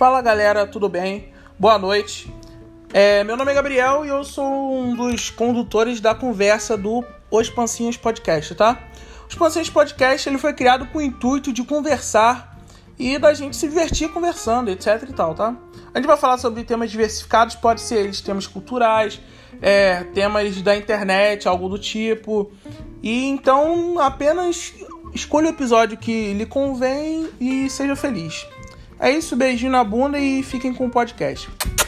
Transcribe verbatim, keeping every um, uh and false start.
Fala galera, tudo bem? Boa noite. É, meu nome é Gabriel e eu sou um dos condutores da conversa do Os Pancinhas Podcast, tá? Os Pancinhas Podcast ele foi criado com o intuito de conversar e da gente se divertir conversando, etc e tal, tá? A gente vai falar sobre temas diversificados, pode ser eles temas culturais, é, temas da internet, algo do tipo. E então apenas escolha o episódio que lhe convém e seja feliz. É isso, beijinho na bunda e fiquem com o podcast.